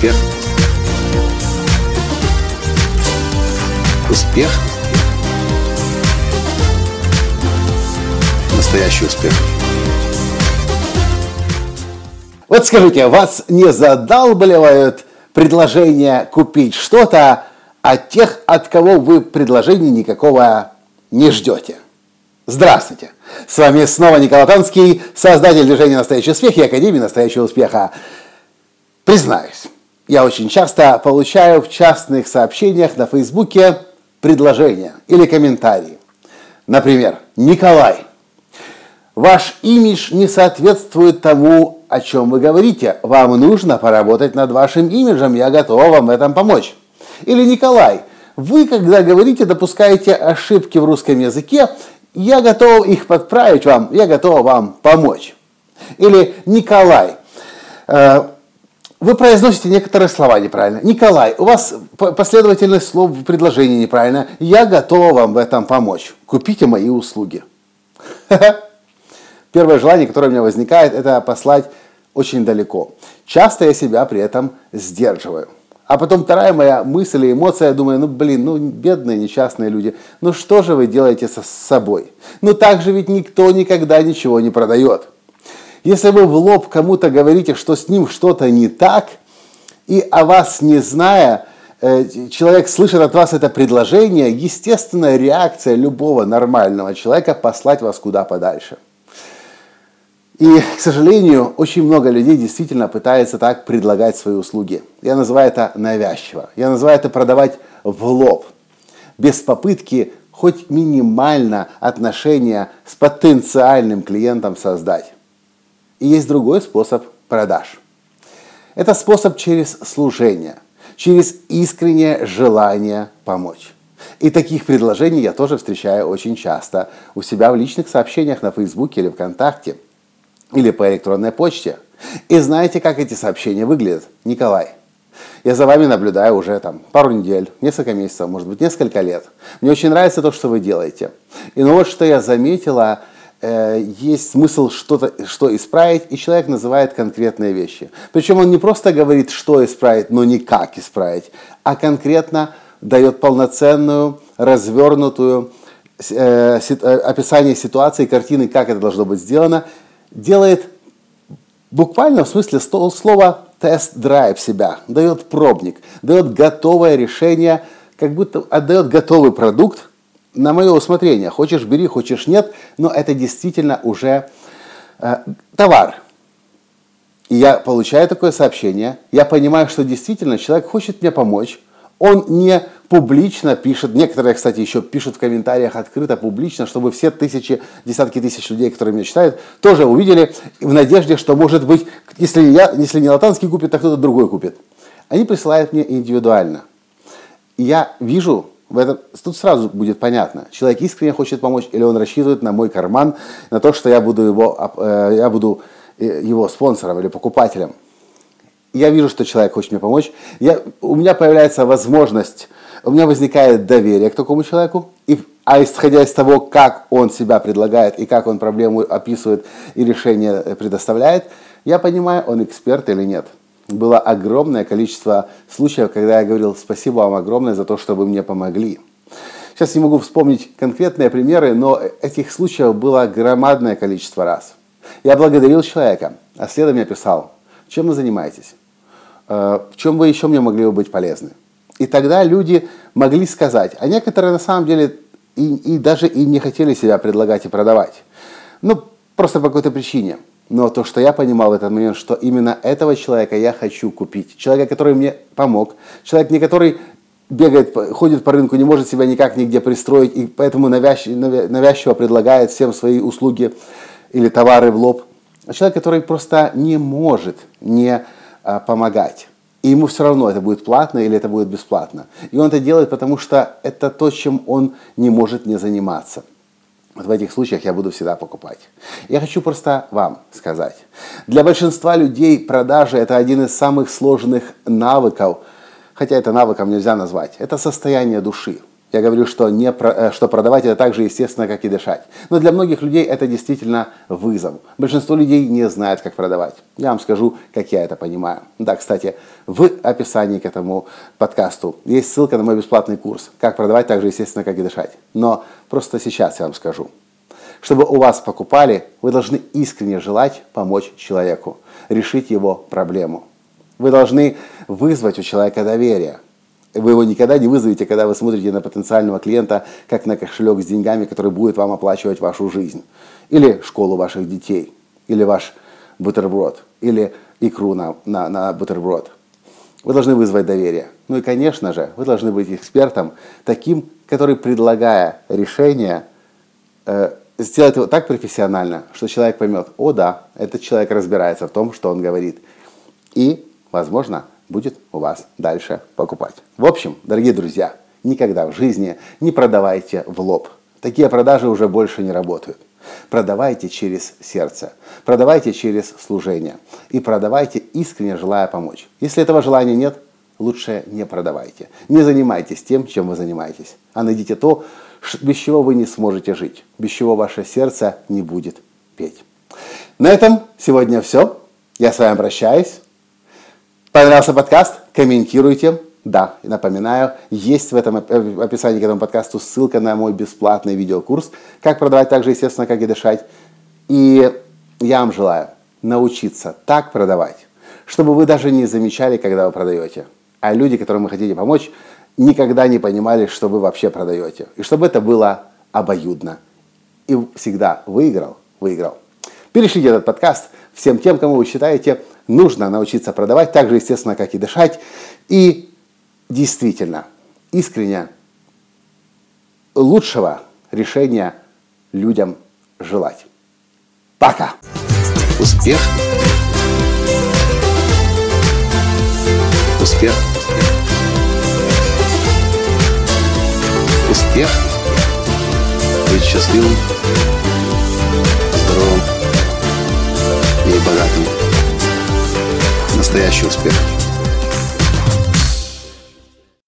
Успех. Успех. Настоящий успех. Вот скажите, вас не задалбливают предложения купить что-то от тех, от кого вы предложений никакого не ждете? Здравствуйте! С вами снова Николай Танский, создатель движения «Настоящий успех» и Академии «Настоящего успеха». Признаюсь, я очень часто получаю в частных сообщениях на Фейсбуке предложения или комментарии. Например, Николай, ваш имидж не соответствует тому, о чем вы говорите. Вам нужно поработать над вашим имиджем, я готова вам в этом помочь. Или Николай, вы, когда говорите, допускаете ошибки в русском языке, я готов их подправить вам, я готова вам помочь. Или Николай, вы произносите некоторые слова неправильно. Николай, у вас последовательность слов в предложении неправильно. Я готова вам в этом помочь. Купите мои услуги. Первое желание, которое у меня возникает, это послать очень далеко. Часто я себя при этом сдерживаю. А потом вторая моя мысль и эмоция, я думаю, бедные несчастные люди, что же вы делаете с собой? Так же ведь никто никогда ничего не продает. Если вы в лоб кому-то говорите, что с ним что-то не так, и о вас не зная, человек слышит от вас это предложение, естественная реакция любого нормального человека послать вас куда подальше. И, к сожалению, очень много людей действительно пытаются так предлагать свои услуги. Я называю это навязчиво. Я называю это продавать в лоб, без попытки хоть минимально отношения с потенциальным клиентом создать. И есть другой способ продаж. Это способ через служение, через искреннее желание помочь. И таких предложений я тоже встречаю очень часто у себя в личных сообщениях на Фейсбуке или ВКонтакте, или по электронной почте. И знаете, как эти сообщения выглядят? Николай, я за вами наблюдаю уже пару недель, несколько месяцев, может быть, несколько лет. Мне очень нравится то, что вы делаете. И вот что я заметила, есть смысл что исправить, и человек называет конкретные вещи. Причем он не просто говорит, что исправить, но не как исправить, а конкретно дает полноценную, развернутую описание ситуации, картины, как это должно быть сделано, делает буквально в смысле слова тест-драйв себя, дает пробник, дает готовое решение, как будто отдает готовый продукт на мое усмотрение. Хочешь бери, хочешь нет, но это действительно уже товар. И я получаю такое сообщение, я понимаю, что действительно человек хочет мне помочь, он не публично пишет, некоторые, кстати, еще пишут в комментариях открыто, публично, чтобы все десятки тысяч людей, которые меня читают, тоже увидели в надежде, что, может быть, если не Латанский купит, то кто-то другой купит. Они присылают мне индивидуально. И я вижу, тут сразу будет понятно, человек искренне хочет помочь, или он рассчитывает на мой карман, на то, что я буду его спонсором или покупателем. Я вижу, что человек хочет мне помочь. У меня появляется возможность, у меня возникает доверие к такому человеку. А исходя из того, как он себя предлагает и как он проблему описывает и решение предоставляет, я понимаю, он эксперт или нет. Было огромное количество случаев, когда я говорил: спасибо вам огромное за то, что вы мне помогли. Сейчас не могу вспомнить конкретные примеры, но этих случаев было громадное количество раз. Я благодарил человека, а следом я писал: чем вы занимаетесь? В чем вы еще мне могли бы быть полезны? И тогда люди могли сказать, а некоторые на самом деле и даже и не хотели себя предлагать и продавать. Просто по какой-то причине. Но то, что я понимал в этот момент, что именно этого человека я хочу купить. Человека, который мне помог. Человек, не который бегает, ходит по рынку, не может себя никак нигде пристроить, и поэтому навязчиво предлагает всем свои услуги или товары в лоб. А человек, который просто не может не помогать. И ему все равно, это будет платно или это будет бесплатно. И он это делает, потому что это то, чем он не может не заниматься. Вот в этих случаях я буду всегда покупать. Я хочу просто вам сказать. Для большинства людей продажи – это один из самых сложных навыков, хотя это навыком нельзя назвать. Это состояние души. Я говорю, что продавать это так же естественно, как и дышать. Но для многих людей это действительно вызов. Большинство людей не знает, как продавать. Я вам скажу, как я это понимаю. Да, кстати, в описании к этому подкасту есть ссылка на мой бесплатный курс «Как продавать так же естественно, как и дышать». Но просто сейчас я вам скажу. Чтобы у вас покупали, вы должны искренне желать помочь человеку, решить его проблему. Вы должны вызвать у человека доверие. Вы его никогда не вызовете, когда вы смотрите на потенциального клиента, как на кошелек с деньгами, который будет вам оплачивать вашу жизнь. Или школу ваших детей. Или ваш бутерброд. Или икру на бутерброд. Вы должны вызвать доверие. Ну и, конечно же, вы должны быть экспертом, таким, который, предлагая решение, сделает его так профессионально, что человек поймет: о да, этот человек разбирается в том, что он говорит. И, возможно, будет у вас дальше покупать. В общем, дорогие друзья, никогда в жизни не продавайте в лоб. Такие продажи уже больше не работают. Продавайте через сердце, продавайте через служение и продавайте, искренне желая помочь. Если этого желания нет, лучше не продавайте. Не занимайтесь тем, чем вы занимаетесь, а найдите то, без чего вы не сможете жить, без чего ваше сердце не будет петь. На этом сегодня все. Я с вами прощаюсь. Понравился подкаст? Комментируйте. Да, и напоминаю, есть в этом описании к этому подкасту ссылка на мой бесплатный видеокурс «Как продавать так же естественно, как и дышать». И я вам желаю научиться так продавать, чтобы вы даже не замечали, когда вы продаете. А люди, которым вы хотите помочь, никогда не понимали, что вы вообще продаете. И чтобы это было обоюдно. И всегда выиграл. Перешлите этот подкаст всем тем, кому вы считаете, нужно научиться продавать так же естественно, как и дышать. И действительно, искренне лучшего решения людям желать. Пока! Успех. Успех. Успех. Быть счастливым, здоровым и богатым. Настоящий успех.